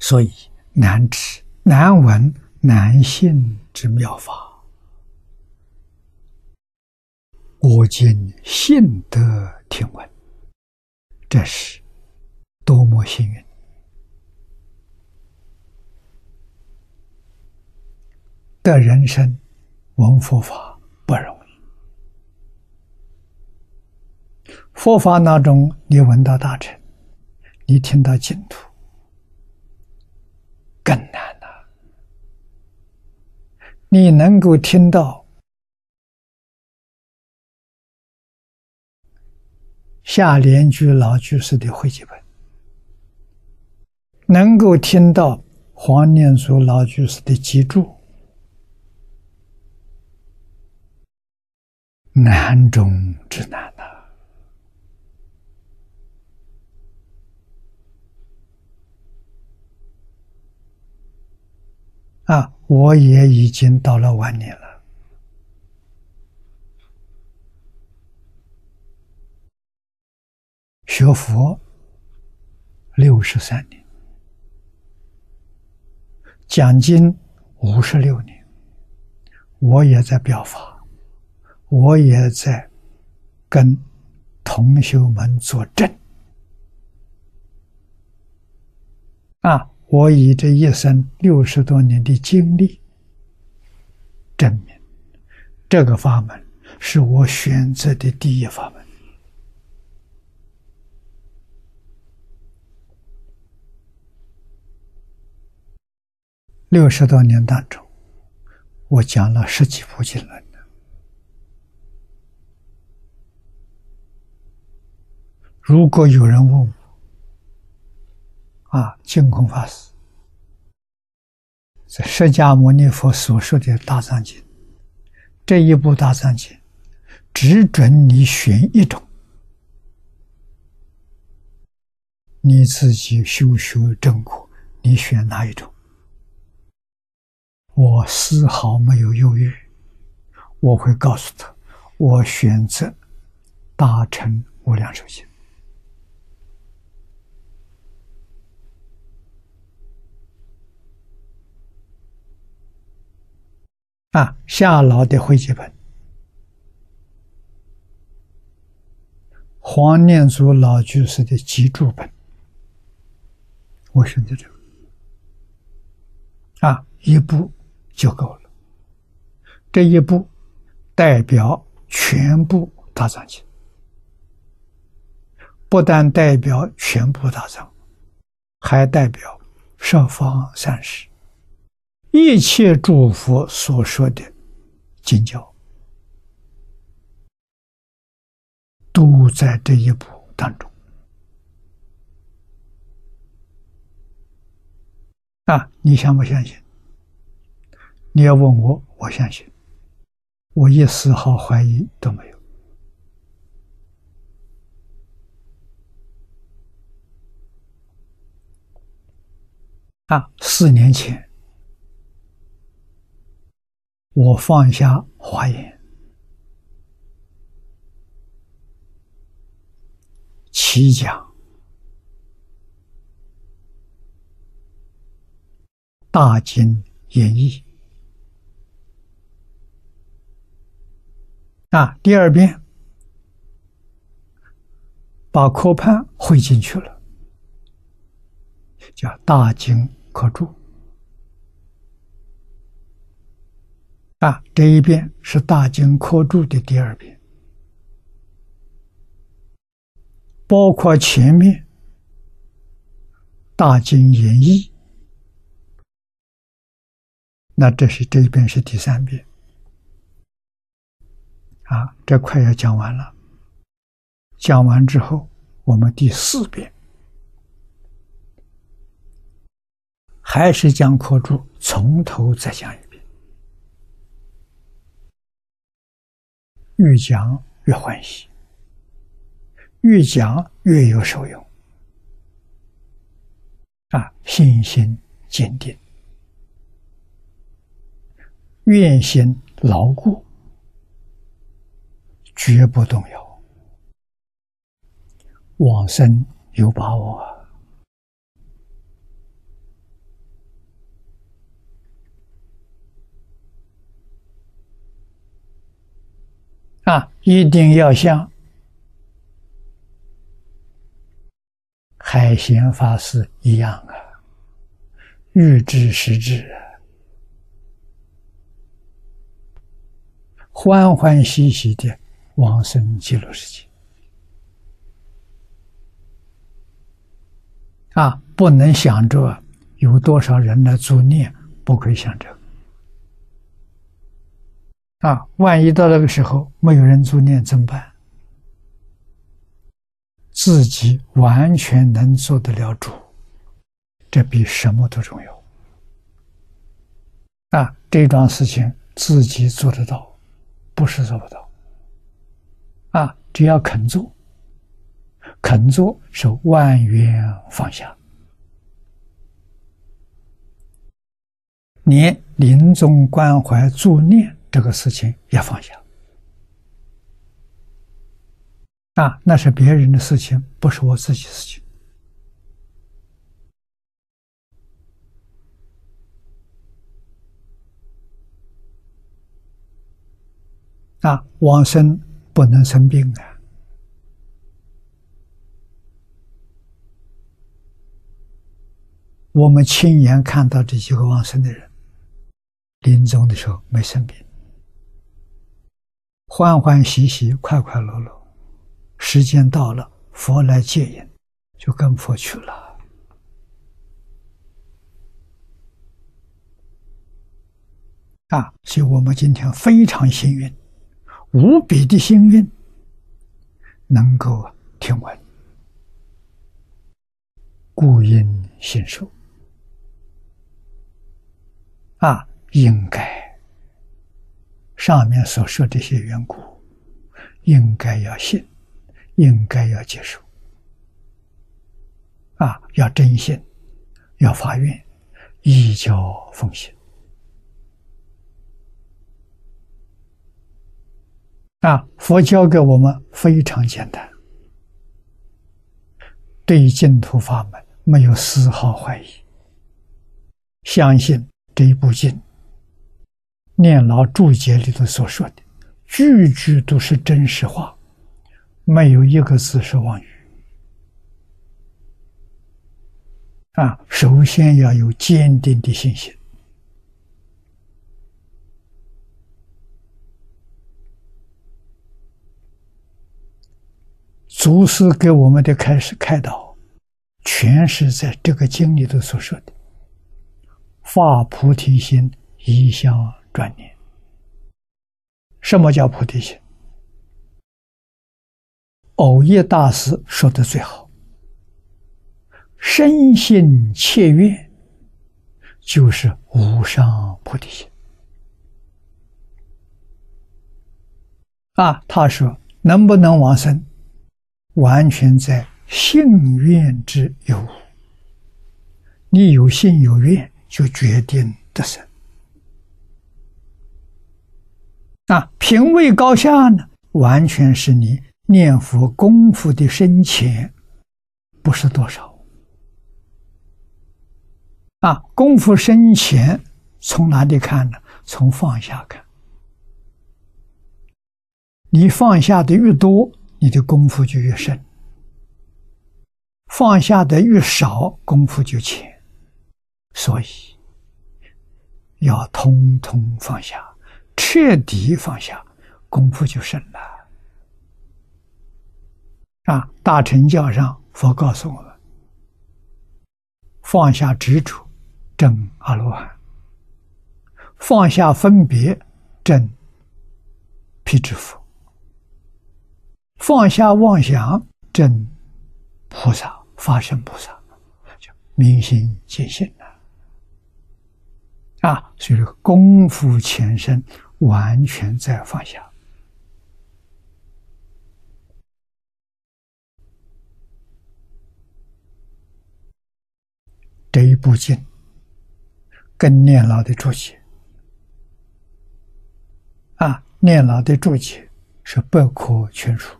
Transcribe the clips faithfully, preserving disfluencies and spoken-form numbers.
所以难知难闻难信之妙法，我今信得听闻，这是多么幸运！的人生闻佛法不容易，佛法当中你闻到大乘，你听到净土，更难了。你能够听到夏莲居老居士的汇集本，能够听到黄念祖老居士的集注，难中之难呐！啊，我也已经到了晚年了。学佛六十三年，讲经五十六年，我也在表法，我也在跟同修们作证。啊，我以这一生六十多年的经历，证明这个法门是我选择的第一法门。六十多年当中，我讲了十几部经论。如果有人问我，啊，净空法师在释迦牟尼佛所说的大藏经，这一部大藏经，只准你选一种，你自己修修正果，你选哪一种？我丝毫没有犹豫，我会告诉他，我选择大乘无量寿经。啊，夏老的汇集本，黄念祖老居士的集注本，我选择这个。啊，一部就够了。这一部代表全部大藏经，不但代表全部大藏，还代表十方三世一切诸佛所说的经教，都在这一部当中。啊，你相不相信？你要问我，我相信，我一丝毫怀疑都没有。啊，四年前，我放下华严，起讲大经演义。啊，第二遍把科判汇进去了，叫大经科注。啊，这一遍是大经科注的第二遍，包括前面大经演义，那这是这一遍是第三遍。啊，这快要讲完了。讲完之后，我们第四遍还是将科注从头再讲一遍，越讲越欢喜，越讲越有受用。啊，信心坚定，愿心牢固，绝不动摇，往生有把握。 啊，一定要像海贤法师一样啊，欲知实质啊，欢欢喜喜的往生极乐世界啊！不能想着有多少人来助念，不可以想这个啊！万一到那个时候没有人助念怎么办？自己完全能做得了主，这比什么都重要啊！这桩事情自己做得到，不是做不到啊！只要肯做，肯做是万缘放下，连临终关怀助念这个事情也放下啊！那是别人的事情，不是我自己的事情啊！往生不能生病啊！我们亲眼看到这几个往生的人，临终的时候没生病，欢欢喜喜，快快乐乐。时间到了，佛来接引，就跟佛去了啊！所以我们今天非常幸运，无比的幸运，能够听闻故因信受啊，应该上面所说这些缘故，应该要信，应该要接受啊，要真信，要发愿，依教奉行啊！佛教给我们非常简单，对净土法门没有丝毫怀疑，相信这一部经念老注解里头所说的句句都是真实话，没有一个字是妄语啊！首先要有坚定的信心。祖师给我们的开始开导，全是在这个经里头所说的发菩提心，一向专念。什么叫菩提心？藕益大师说的最好，深信切愿就是无上菩提心啊！他说能不能往生，完全在信愿之有无，你有信有愿，就决定得生啊！品位高下呢，完全是你念佛功夫的深浅，不是多少啊！功夫深浅从哪里看呢？从放下看。你放下的越多，你的功夫就越深；放下的越少，功夫就浅。所以要通通放下，彻底放下，功夫就深了。啊，大乘教上佛告诉我们，放下执着，证阿罗汉；放下分别，证辟支佛；放下妄想，证菩萨，法身菩萨，就明心见性了。啊，所以说功夫前身完全在放下。这一部经跟念老的注解啊，念老的注解是百科全书，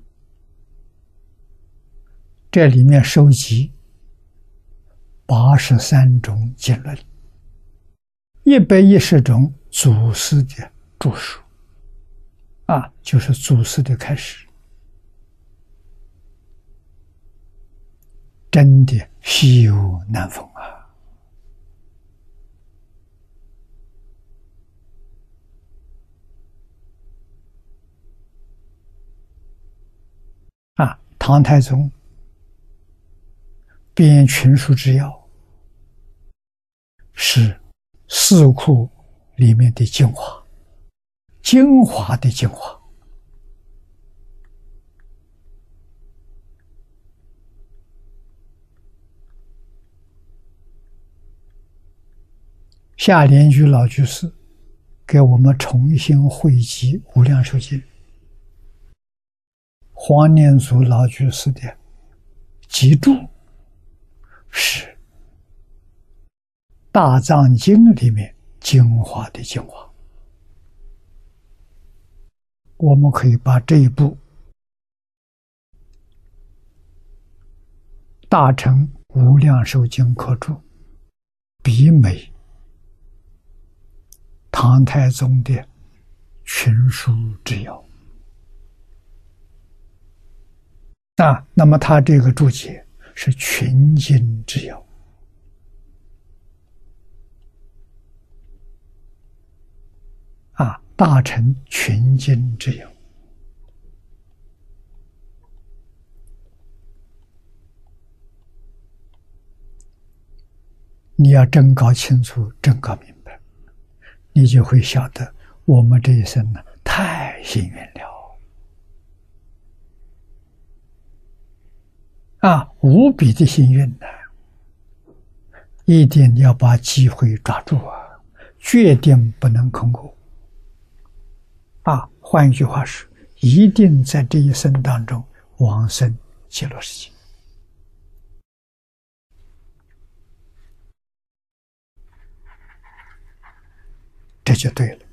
这里面收集八十三种经论，一百一十种祖师的著述啊，就是祖师的开始，真的稀有难逢啊！啊，唐太宗编群书治要，是四库里面的精华，精华的精华。夏莲居老居士给我们重新汇集《无量寿经》，黄念祖老居士的集注是《大藏经》里面精华的精华。我们可以把这一部《大乘无量寿经课注》比美唐太宗的群书治要啊，那么他这个注解是群经治要啊，大乘群经治要。你要真搞清楚，真搞明白，你就会晓得我们这一生呢，太幸运了啊，无比的幸运呢、啊！一定要把机会抓住啊，决定不能空过啊！换一句话说，一定在这一生当中往生极乐世界，这就对了。